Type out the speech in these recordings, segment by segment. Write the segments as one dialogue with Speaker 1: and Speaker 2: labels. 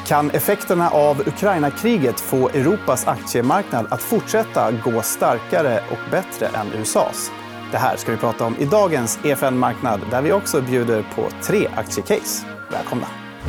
Speaker 1: Kan effekterna av Ukraina-kriget få Europas aktiemarknad att fortsätta gå starkare och bättre än USAs? Det här ska vi prata om i dagens EFN-marknad där vi också bjuder på 3 aktiecase. Välkomna!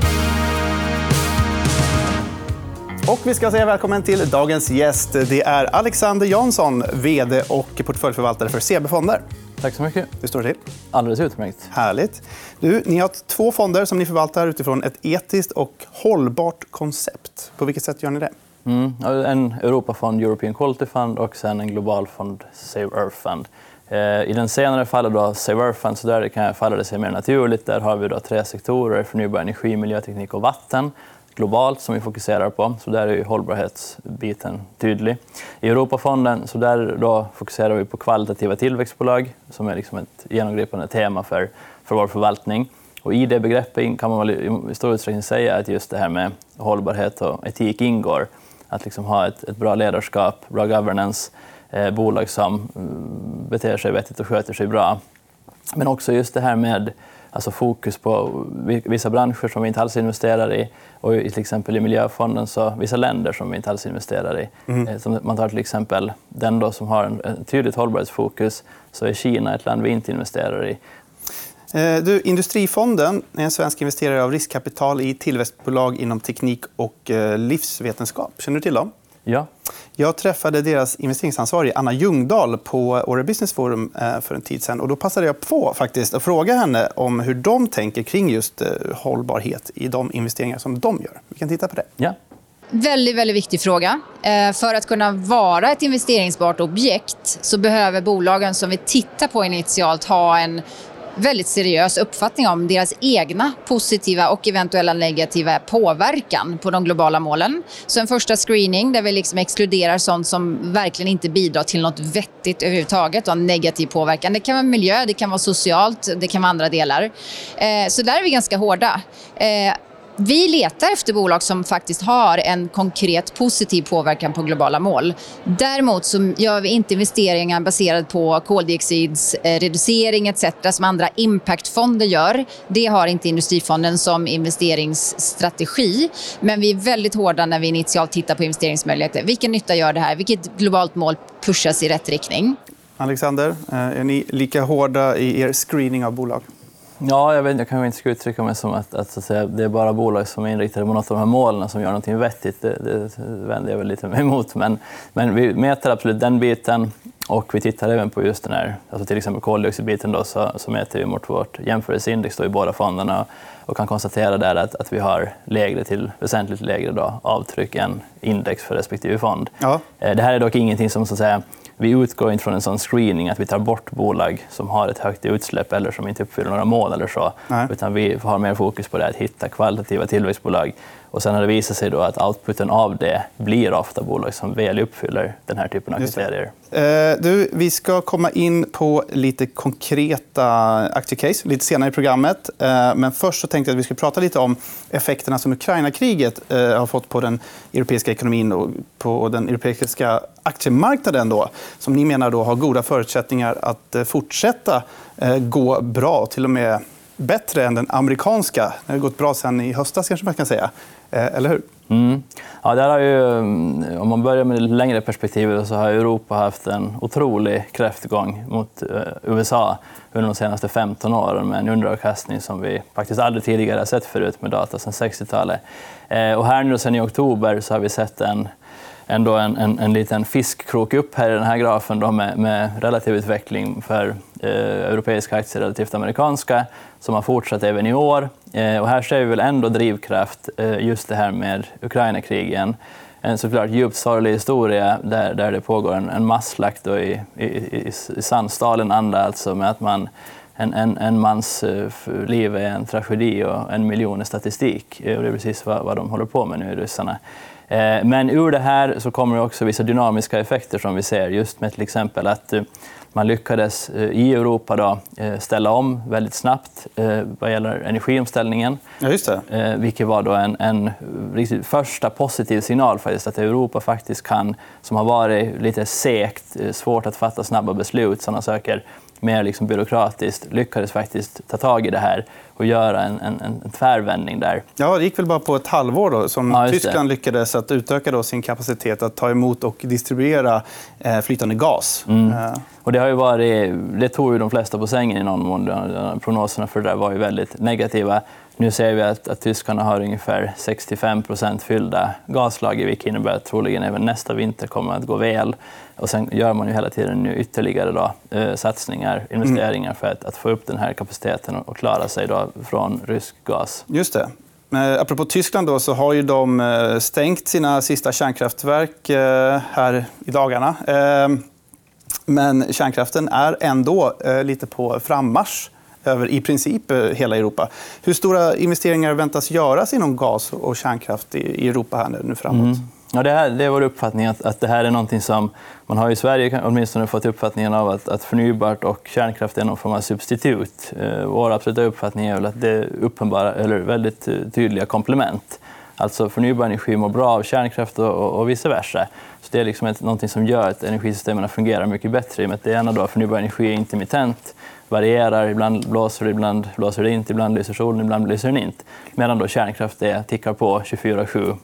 Speaker 1: Och vi ska säga välkommen till dagens gäst. Det är Alexander Jansson, vd och portföljförvaltare för CB Fonder.
Speaker 2: Tack så mycket.
Speaker 1: Hur står det till?
Speaker 2: Alldeles utmärkt.
Speaker 1: Härligt. Ni har 2 fonder som ni förvaltar utifrån ett etiskt och hållbart koncept. På vilket sätt gör ni det?
Speaker 2: En Europafond, European Quality Fund, och sen en global fond, Save Earth Fund. I den senare fallet då, Save Earth Fund, så där kan falla det sig mer naturligt. Där har vi då 3 sektorer: förnybar energi, miljöteknik och vatten. Globalt som vi fokuserar på, så där är ju hållbarhetsbiten tydlig. I Europafonden så där då fokuserar vi på kvalitativa tillväxtbolag som är liksom ett genomgripande tema för vår förvaltning. Och i det begreppet kan man i stor utsträckning säga att just det här med hållbarhet och etik ingår. Att liksom ha ett bra ledarskap, bra governance, bolag som beter sig vettigt och sköter sig bra. Men också just det här med fokus på vissa branscher som vi inte alls investerar i, och till exempel i miljöfonden så vissa länder som vi inte alls investerar i. Som man tar till exempel den då som har en tydligt hållbarhetsfokus, så är Kina ett land vi inte investerar i.
Speaker 1: Industrifonden är en svensk investerare av riskkapital i tillväxtbolag inom teknik och livsvetenskap. Känner du till dem?
Speaker 2: Ja.
Speaker 1: Jag träffade deras investeringsansvarig Anna Ljungdahl på Åre Business Forum för en tid sedan. Och då passade jag på faktiskt att fråga henne om hur de tänker kring just hållbarhet i de investeringar som de gör. Vi kan titta på det.
Speaker 2: Ja.
Speaker 3: Väldigt viktig fråga. För att kunna vara ett investeringsbart objekt så behöver bolagen som vi tittar på initialt ha en väldigt seriös uppfattning om deras egna positiva och eventuella negativa påverkan på de globala målen. Så en första screening där vi liksom exkluderar sånt som verkligen inte bidrar till något vettigt överhuvudtaget och en negativ påverkan. Det kan vara miljö, det kan vara socialt, det kan vara andra delar. Så där är vi ganska hårda. Vi letar efter bolag som faktiskt har en konkret positiv påverkan på globala mål. Däremot så gör vi inte investeringar baserade på koldioxidsreducering etc. som andra impactfonder gör. Det har inte Industrifonden som investeringsstrategi. Men vi är väldigt hårda när vi initialt tittar på investeringsmöjligheter. Vilken nytta gör det här? Vilket globalt mål pushas i rätt riktning?
Speaker 1: Alexander, är ni lika hårda i er screening av bolag?
Speaker 2: Ja, jag kan inte uttrycka mig som att säga, det är bara bolag som är inriktade på något av de här målen som gör något vettigt. Det vänder jag väl lite emot. Men vi mäter absolut den biten, och vi tittar även på just den här, till exempel koldioxidbiten då, så mäter vi mot vårt jämförelseindex då i båda fonderna och kan konstatera där att vi har väsentligt lägre då, avtryck än index för respektive fond. Ja. Det här är dock ingenting som så att säga, vi utgår inte från en sån screening att vi tar bort bolag som har ett högt utsläpp eller som inte uppfyller några mål eller så. Nej. Utan vi har mer fokus på det att hitta kvalitativa tillväxtbolag. Och sen har det visat sig då att outputen av det blir ofta bolag som väl uppfyller den här typen av kriterier.
Speaker 1: Vi ska komma in på lite konkreta aktiecase lite senare i programmet. Men först så tänkte jag att vi skulle prata lite om effekterna som Ukraina-kriget har fått på den europeiska ekonomin och på den europeiska aktiemarknaden då, som ni menar då har goda förutsättningar att fortsätta gå bra, till och med bättre än den amerikanska. Det har gått bra sen i höstas kanske man kan säga. Eller hur?
Speaker 2: Ja, där har ju, om man börjar med det längre perspektivet, så har Europa haft en otrolig kräftgång mot USA under de senaste 15 åren med en underavkastning som vi faktiskt aldrig tidigare har sett förut med data sedan 60-talet. Och här nu sen i oktober så har vi sett en liten fiskkrok upp här i den här grafen då med relativ utveckling för europeiska aktier relativt amerikanska som har fortsatt även i år. Och här ser vi väl ändå drivkraft just det här med Ukraina-krigen. En såklart djupt sorglig historia där det pågår en masslakt då i sann Stalin-anda, alltså med att en mans liv är en tragedi och 1 miljon är statistik. Och det är precis vad de håller på med nu i ryssarna. Men ur det här så kommer också vissa dynamiska effekter som vi ser, just med till exempel att man lyckades i Europa då ställa om väldigt snabbt vad gäller energiomställningen.
Speaker 1: Ja, just det.
Speaker 2: Vilket var då en riktigt första positiv signal faktiskt, att Europa faktiskt kan, som har varit lite segt, svårt att fatta snabba beslut, sådana saker, mer liksom byråkratiskt, lyckades faktiskt ta tag i det här och göra en tvärvändning där.
Speaker 1: Ja, det gick väl bara på ett halvår då, som Tyskland lyckades att utöka då sin kapacitet att ta emot och distribuera flytande gas.
Speaker 2: Och det har ju varit, det tog ju de flesta på sängen i någon mån. Prognoserna för det där var ju väldigt negativa. Nu ser vi att tyskarna har ungefär 65% fyllda gaslager, vilket innebär att troligen även nästa vinter kommer att gå väl. Och sen gör man ju hela tiden nu ytterligare då, satsningar, investeringar för att få upp den här kapaciteten och klara sig då från rysk gas.
Speaker 1: Just det. Apropå Tyskland då, så har ju de stängt sina sista kärnkraftverk här i dagarna. Men kärnkraften är ändå lite på frammarsch över i princip hela Europa. Hur stora investeringar väntas göras inom gas och kärnkraft i Europa här nu framåt?
Speaker 2: Ja, det är vår uppfattning att det här är någonting som man har i Sverige åtminstone fått uppfattningen av att förnybart och kärnkraft är någon form av substitut. Vår absoluta uppfattning är väl att det är uppenbara eller väldigt tydliga komplement. Alltså förnybar energi mår bra av kärnkraft och vice versa. Så det är liksom någonting som gör att energisystemen fungerar mycket bättre. I och med att det ena då, förnybar energi är intermittent, varierar, ibland blåser det inte, ibland lyser solen, ibland lyser den inte. Medan då kärnkraft tickar på 24/7,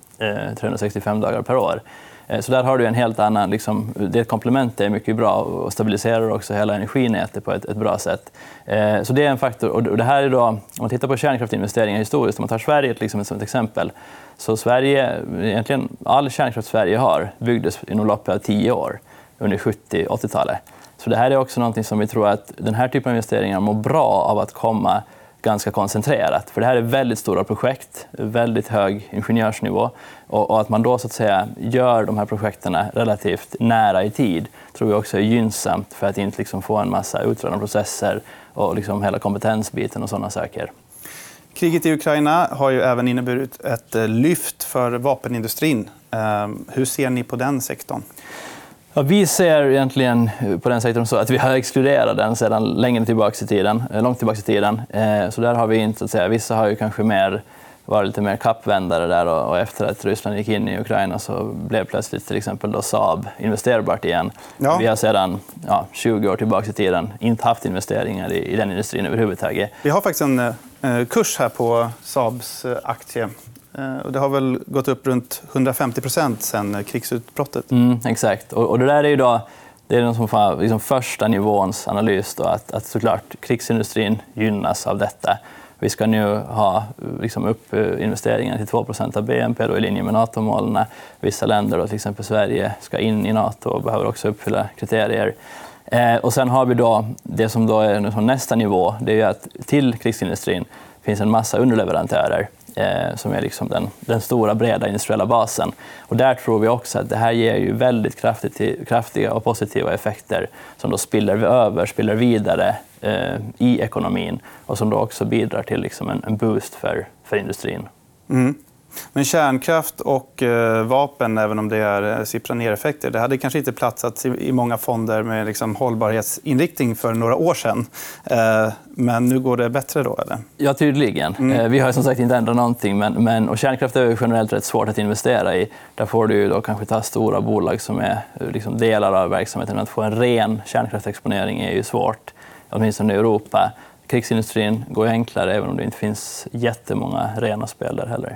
Speaker 2: 365 dagar per år. Så där har du en helt annan, liksom, det komplementet är mycket bra och stabiliserar också hela energinätet på ett bra sätt. Så det är en faktor. Och det här är då, om man tittar på kärnkraftinvesteringar historiskt, om man tar Sverige liksom som ett exempel, så Sverige, egentligen all kärnkraft Sverige har byggdes inom loppet av 10 år under 70-80-talet. Så det här är också någonting som vi tror att den här typen av investeringar mår bra av att komma ganska koncentrerat. För det här är väldigt stora projekt, väldigt hög ingenjörsnivå. Och att man då så att säga gör de här projekten relativt nära i tid tror vi också är gynnsamt för att inte liksom få en massa utdragna processer och liksom hela kompetensbiten och sådana saker.
Speaker 1: Kriget i Ukraina har ju även inneburit ett lyft för vapenindustrin. Hur ser ni på den sektorn?
Speaker 2: Ja, vi ser egentligen på den sektorn så att vi har exkluderat den sedan långt tillbaka i tiden. Så där har vi inte, så att säga, vissa har ju kanske varit lite mer kappvändare där och efter att Ryssland gick in i Ukraina så blev plötsligt till exempel då Saab investerbart igen. Ja. Vi har sedan 20 år tillbaka i tiden inte haft investeringar i den industrin överhuvudtaget.
Speaker 1: Vi har faktiskt en kurs här på Saabs aktie. Och det har väl gått upp runt 150% sedan krigsutbrottet.
Speaker 2: Exakt. Och det där är ju då, det är som liksom första nivåns analys då, att såklart krigsindustrin gynnas av detta. Vi ska nu ha liksom upp investeringar till 2% av BNP då, i linje med NATO-målen. Vissa länder, då, till exempel Sverige, ska in i NATO och behöver också uppfylla kriterier. Och sen har vi då det som då är nästa nivå. Det är ju att till krigsindustrin finns en massa underleverantörer som är liksom den stora breda industriella basen. Och där tror vi också att det här ger ju väldigt kraftiga och positiva effekter som då spiller vidare i ekonomin och som då också bidrar till liksom en boost för industrin.
Speaker 1: Men kärnkraft och vapen, även om det är sippra ner-effekter, det hade kanske inte platsat i många fonder med liksom hållbarhetsinriktning för några år sedan. Men nu går det bättre då, eller?
Speaker 2: Ja, tydligen. Vi har som sagt inte ändrat någonting, och kärnkraft är generellt rätt svårt att investera i. Där får du då kanske ta stora bolag som är liksom delar av verksamheten. Att få en ren kärnkraftsexponering är ju svårt, åtminstone i Europa. Krigsindustrin går enklare, även om det inte finns jättemånga rena spel där heller.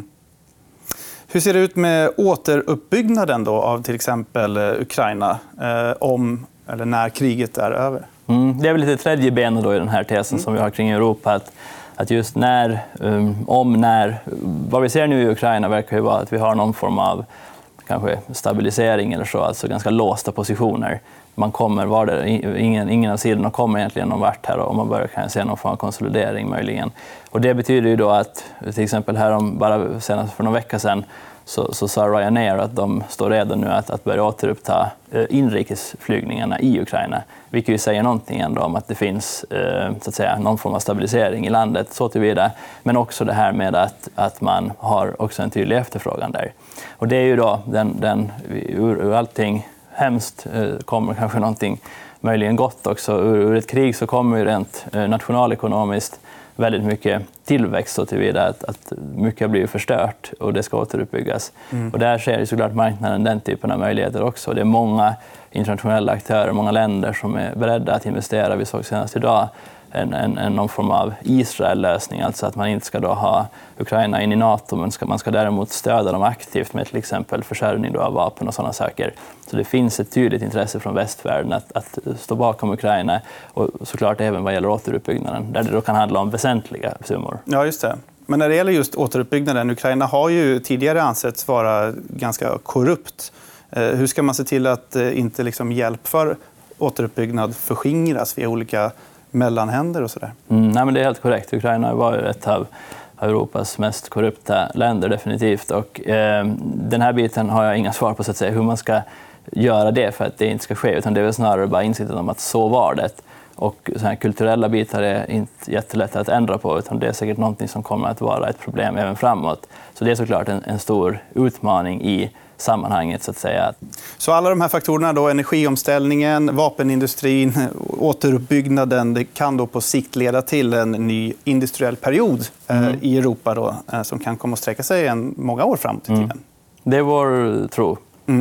Speaker 1: Hur ser det ut med återuppbyggnaden då av till exempel Ukraina om eller när kriget är över?
Speaker 2: Det är väl lite tredje benet då i den här tesen som vi har kring Europa. Att just när, vad vi ser nu i Ukraina verkar ju vara att vi har någon form av kanske stabilisering eller så, alltså ganska låsta positioner. Man kommer ingen av sidorna kommer egentligen någon vart här och man börjar kan se någon form av konsolidering möjligen. Och det betyder ju då att till exempel bara senast för någon vecka sedan så sa Ryanair att de står redo nu att börja återuppta inrikesflygningarna i Ukraina. Vilket ju säger någonting ändå om att det finns så att säga, någon form av stabilisering i landet så tillvida. Men också det här med att man har också en tydlig efterfrågan där. Och det är ju då ur allting hemskt kommer kanske någonting möjligen gott också. Ur ett krig så kommer ju rent nationalekonomiskt väldigt mycket tillväxt så tillvida att mycket har blivit förstört och det ska återuppbyggas. Och där ser ju såklart marknaden den typen av möjligheter också. Det är många internationella aktörer, många länder som är beredda att investera. Vi såg senast idag någon form av Israel-lösning, alltså att man inte ska då ha Ukraina in i NATO, men man ska däremot stödja dem aktivt med till exempel försörjning av vapen och sådana saker. Så det finns ett tydligt intresse från västvärlden att stå bakom Ukraina och såklart även vad gäller återuppbyggnaden, där det då kan handla om väsentliga summor.
Speaker 1: Ja, just det. Men när det gäller just återuppbyggnaden, Ukraina har ju tidigare ansetts vara ganska korrupt. Hur ska man se till att inte hjälp för återuppbyggnad förskingras via olika mellanhänder och sådär?
Speaker 2: Nej, men det är helt korrekt. Ukraina var ett av Europas mest korrupta länder definitivt. Och, den här biten har jag inga svar på, så att säga, hur man ska göra det för att det inte ska ske. Utan det är väl snarare bara insikten om att så var det. Och så här kulturella bitar är inte jättelätta att ändra på, utan det är säkert någonting som kommer att vara ett problem även framåt. Så det är såklart en stor utmaning i sammanhanget, så att säga.
Speaker 1: Så alla de här faktorerna då, energiomställningen, vapenindustrin, återuppbyggnaden, det kan då på sikt leda till en ny industriell period i Europa då, som kan komma att sträcka sig många år framåt i tiden.
Speaker 2: Det är vår tro.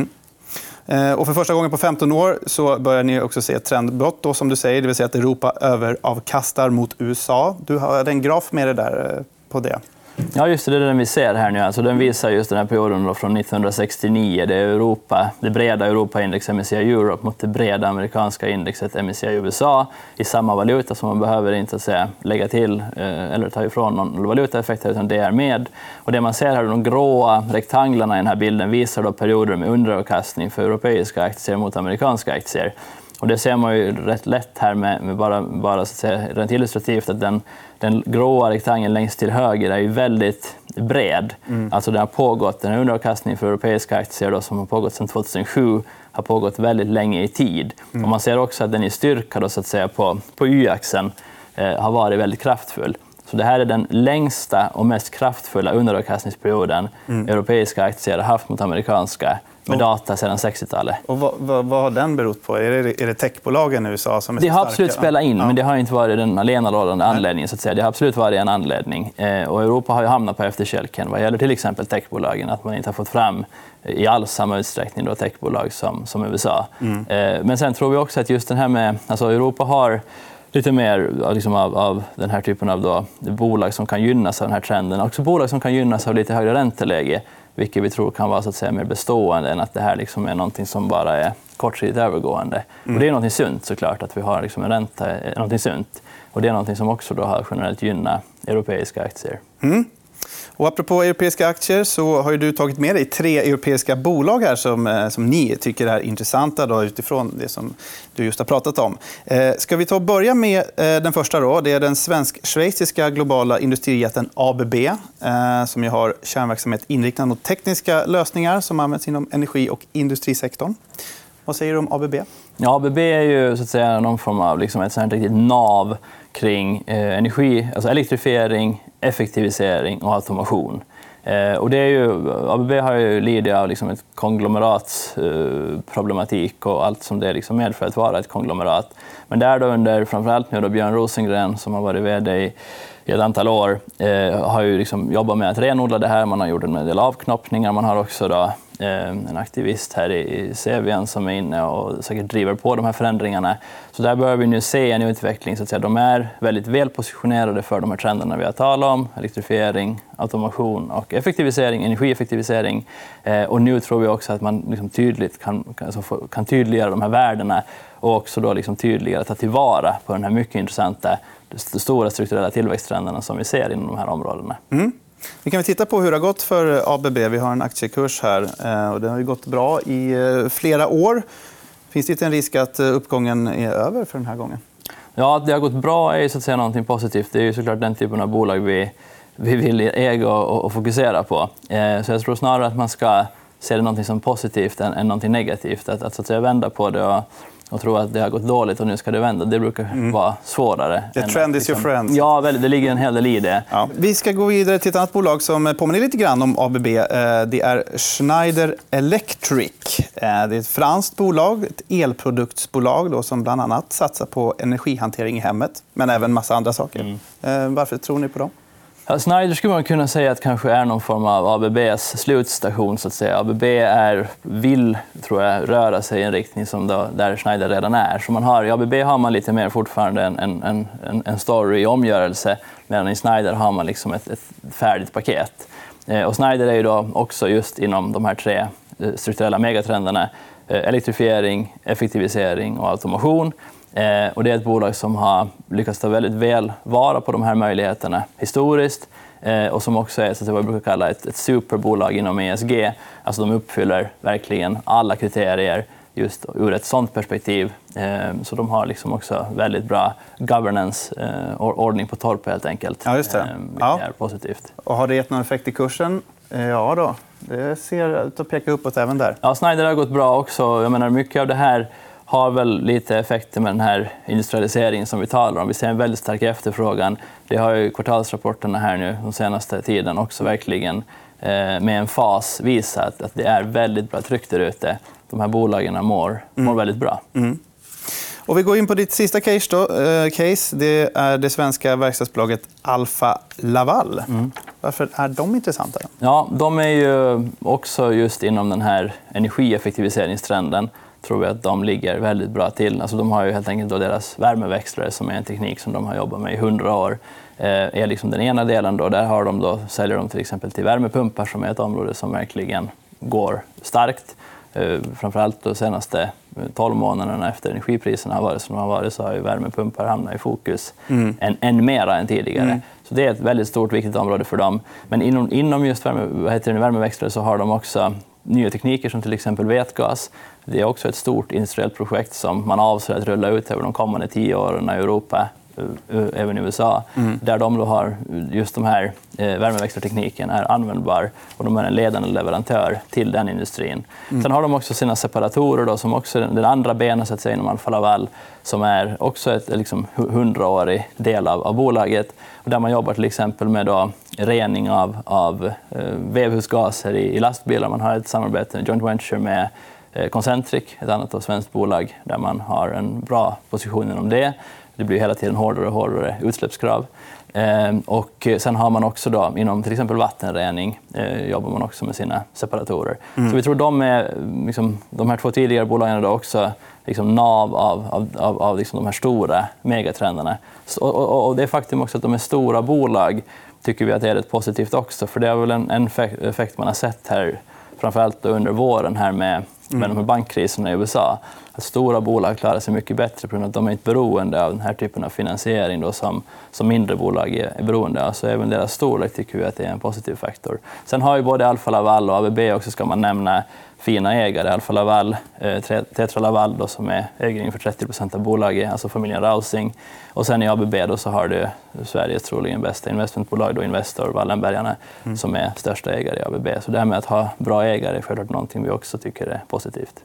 Speaker 1: Och för första gången på 15 år så börjar ni också se ett trendbrott då, som du säger, det vill säga att Europa överavkastar mot USA. Du har en graf med det där på det.
Speaker 2: Ja, just det är den vi ser här nu. Alltså, den visar just den här perioden då från 1969. Det är det breda Europa-index MSCI Europe mot det breda amerikanska indexet MSCI USA i samma valuta, som man behöver inte säga lägga till eller ta ifrån någon valutaeffekt, utan det är med. Och det man ser här, de gråa rektanglarna i den här bilden, visar då perioder med underavkastning för europeiska aktier mot amerikanska aktier. Och det ser man ju rätt lätt här med bara så att säga, rent illustrativt, att den gråa rektangeln längst till höger är ju väldigt bred. Alltså den har pågått, den här underavkastningen för europeiska aktier då, som har pågått sedan 2007, har pågått väldigt länge i tid. Och man ser också att den i styrka då, så att säga, på y-axeln har varit väldigt kraftfull. Så det här är den längsta och mest kraftfulla underavkastningsperioden europeiska aktier har haft mot amerikanska med data sedan 60-talet.
Speaker 1: Och vad har den berott på? Är det techbolagen i USA som är så
Speaker 2: starka? Det har absolut spelat in, men det har inte varit den allenarådande anledningen. Så att säga. Det har absolut varit en anledning. Och Europa har ju hamnat på efterkälken vad gäller till exempel techbolagen. Att man inte har fått fram i all samma utsträckning då techbolag som USA. Men sen tror vi också att just den här med... Alltså Europa har lite mer av den här typen av bolag som kan gynnas av den här trenden. Också bolag som kan gynnas av lite högre ränteläge, vilket vi tror kan vara så att säga mer bestående än att det här är någonting som bara är kortsiktigt övergående. Och det är någonting sunt såklart, att vi har en ränta, någonting sunt. Och det är någonting som också då har generellt gynnat europeiska aktier.
Speaker 1: Och apropå europeiska aktier så har ju du tagit med dig 3 europeiska bolag här som ni tycker är intressanta då, utifrån det som du just har pratat om. Ska vi börja med den första då? Det är den svensk-schweiziska globala industrijätten ABB som ju har kärnverksamhet inriktad mot tekniska lösningar som används inom energi- och industrisektorn. Vad säger du om ABB? Ja,
Speaker 2: ABB är ju så att säga någon form av ett sånt riktigt nav kring energi, alltså elektrifiering, effektivisering och automation. Och det är ju, ABB har ju lidit av ett konglomeratsproblematik och allt som det medför att vara ett konglomerat. Men där då under framförallt nu då Björn Rosengren, som har varit vd i ett antal år, har ju jobbat med att renodla det här. Man har gjort en del avknoppningar. Man har också då en aktivist här i Sevian som är inne och säkert driver på de här förändringarna. Så där börjar vi nu se en utveckling. Så att säga. De är väldigt väl positionerade för de här trenderna vi har talat om. Elektrifiering, automation och effektivisering, energieffektivisering. Och nu tror vi också att man tydligt kan tydliggöra de här värdena och också då tydligare ta tillvara på den här mycket intressanta stora strukturella tillväxttrenderna som vi ser inom de här områdena.
Speaker 1: Vi kan titta på hur det har gått för ABB. Vi har en aktiekurs här och det har ju gått bra i flera år. Finns det inte en risk att uppgången är över för den här gången?
Speaker 2: Ja, det har gått bra är så att säga någonting positivt. Det är ju såklart den typen av bolag vi vill äga och fokusera på. Så jag tror snarare att man ska se det någonting som positivt än någonting negativt. Att så att säga vända på det och tro att det har gått dåligt och nu ska det vända. Det brukar vara svårare.
Speaker 1: The trend is your friend.
Speaker 2: Ja, det ligger en hel del i det.
Speaker 1: Ja. Vi ska gå vidare till ett annat bolag som påminner lite grann om ABB. Det är Schneider Electric. Det är ett franskt bolag, ett elproduktsbolag då, som bland annat satsar på energihantering i hemmet, men även massa andra saker. Varför tror ni på dem?
Speaker 2: Ja, Schneider skulle man kunna säga att kanske är någon form av ABBs slutstation. Så att säga. ABB vill, tror jag, röra sig i en riktning som där Schneider redan är. Så i ABB har man lite mer fortfarande en story i omgörelse, medan i Schneider har man liksom ett färdigt paket. Och Schneider är ju då också just inom de här 3 strukturella megatrenderna: elektrifiering, effektivisering och automation. Och det är ett bolag som har lyckats ta väldigt väl vara på de här möjligheterna historiskt, och som också är så att vad jag brukar kalla ett superbolag inom ESG. Alltså de uppfyller verkligen alla kriterier just ur ett sådant perspektiv. Så de har liksom också väldigt bra governance, ordning på torp helt enkelt.
Speaker 1: Ja, just det.
Speaker 2: Vilket är positivt.
Speaker 1: Och har det gett någon effekt i kursen? Ja då, det ser ut att peka uppåt även där.
Speaker 2: Ja, Schneider har gått bra också. Jag menar, mycket av det här har väl lite effekter med den här industrialiseringen som vi talar om. Vi ser en väldigt stark efterfrågan. Det har ju kvartalsrapporterna här nu de senaste tiden också verkligen med en fas visat att det är väldigt bra tryck där ute. De här bolagen mår väldigt bra.
Speaker 1: Och vi går in på ditt sista case. Det är det svenska verkstadsbolaget Alfa Laval. Varför är de intressanta?
Speaker 2: Ja, de är ju också just inom den här energieffektiviseringstrenden. Tror vi att de ligger väldigt bra till. Alltså de har ju helt enkelt då deras värmeväxlare, som är en teknik som de har jobbat med i 100 år. Är liksom den ena delen då. Där har de då, säljer de till exempel till värmepumpar, som är ett område som verkligen går starkt. Framförallt de senaste 12 månaderna efter energipriserna har varit som de har varit, så har ju värmepumpar hamnat i fokus än mera än tidigare. Så det är ett väldigt stort viktigt område för dem. Men inom just värmeväxlare så har de också nya tekniker som till exempel vätgas. Det är också ett stort industriellt projekt som man avser att rulla ut över de kommande 10 åren i Europa, även i USA, där de då har just de här värmeväxlartekniken är användbar, och de är en ledande leverantör till den industrin. Sen har de också sina separatorer då, som också är den andra benen så att säga inom Alfa Laval, som är också ett liksom 100-årig del av bolaget, och där man jobbar till exempel med då rening av vevhusgaser i lastbilar. Man har ett samarbete, en joint venture med Concentric, ett annat svenskt bolag, där man har en bra position inom det. Det blir hela tiden hårdare och hårdare utsläppskrav. Och sen har man också då, inom till exempel vattenrening, jobbar man också med sina separatorer. Så vi tror de här 2 tidigare bolagen då också liksom nav av liksom de här stora megatrenderna. Och det faktum också att de är stora bolag tycker vi att det är rätt positivt också. För det är väl en effekt man har sett här, framförallt under våren här med de här bankkriserna i USA. Att stora bolag klarar sig mycket bättre på grund av att de är inte beroende av den här typen av finansiering då, som mindre bolag är beroende av. Så även deras storlek tycker vi att det är en positiv faktor. Sen har ju både Alfa Laval och ABB också, ska man nämna, fina ägare. Alfa Laval, Tetra Laval då, som är ägare för 30% av bolaget, alltså familjen Rausing. Och sen i ABB då så har du Sveriges troligen bästa investmentbolag då, Investor, Wallenbergarna, som är största ägare i ABB. Så det här med att ha bra ägare är självklart någonting vi också tycker är positivt.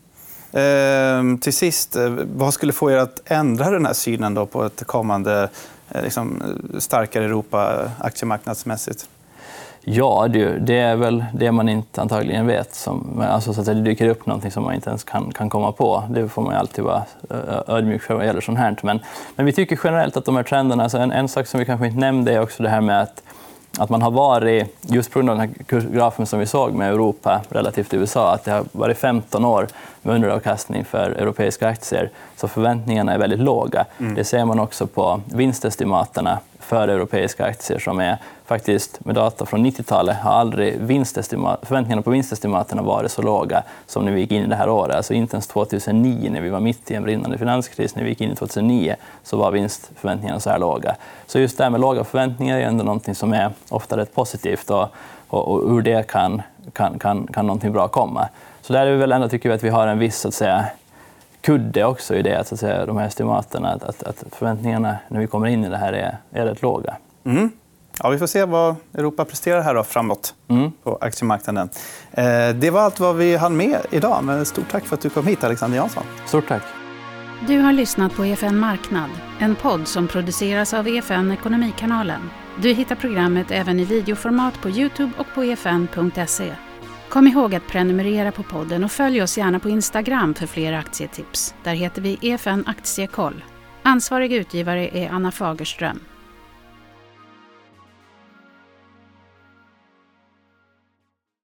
Speaker 1: Till sist, vad skulle få er att ändra den här synen då på ett kommande starkare Europa aktiemarknadsmässigt?
Speaker 2: Ja, det är väl det man inte antagligen vet. Alltså så att det dyker upp någonting som man inte ens kan komma på. Det får man ju alltid vara ödmjuk för vad gäller sånt här. Men vi tycker generellt att de här trenderna, alltså en sak som vi kanske inte nämnde är också det här med att man har varit, just på grund av den här grafen som vi såg med Europa relativt till USA, att det har varit 15 år med underavkastning för europeiska aktier, så förväntningarna är väldigt låga. Det ser man också på vinstestimaterna för europeiska aktier, som är faktiskt med data från 90-talet har aldrig förväntningarna på vinstestimaterna varit så låga som när vi gick in i det här året. Alltså inte ens 2009, när vi var mitt i en brinnande finanskris, när vi gick in i 2009, så var vinstförväntningarna så här låga. Så just det här med låga förväntningar är ändå någonting som är ofta rätt positivt, och ur det kan någonting bra komma. Så där är vi väl ändå, tycker vi, att vi har en viss, så att säga, kudde också i det, att säga, de här estimaterna, att förväntningarna när vi kommer in i det här är rätt låga.
Speaker 1: Ja, vi får se vad Europa presterar här då framåt på aktiemarknaden. Det var allt vad vi hann med idag. Men stort tack för att du kom hit, Alexander Jansson.
Speaker 2: Stort tack.
Speaker 4: Du har lyssnat på EFN Marknad, en podd som produceras av EFN Ekonomikanalen. Du hittar programmet även i videoformat på YouTube och på efn.se. Kom ihåg att prenumerera på podden och följ oss gärna på Instagram för fler aktietips. Där heter vi EFN Aktiekoll. Ansvarig utgivare är Anna Fagerström.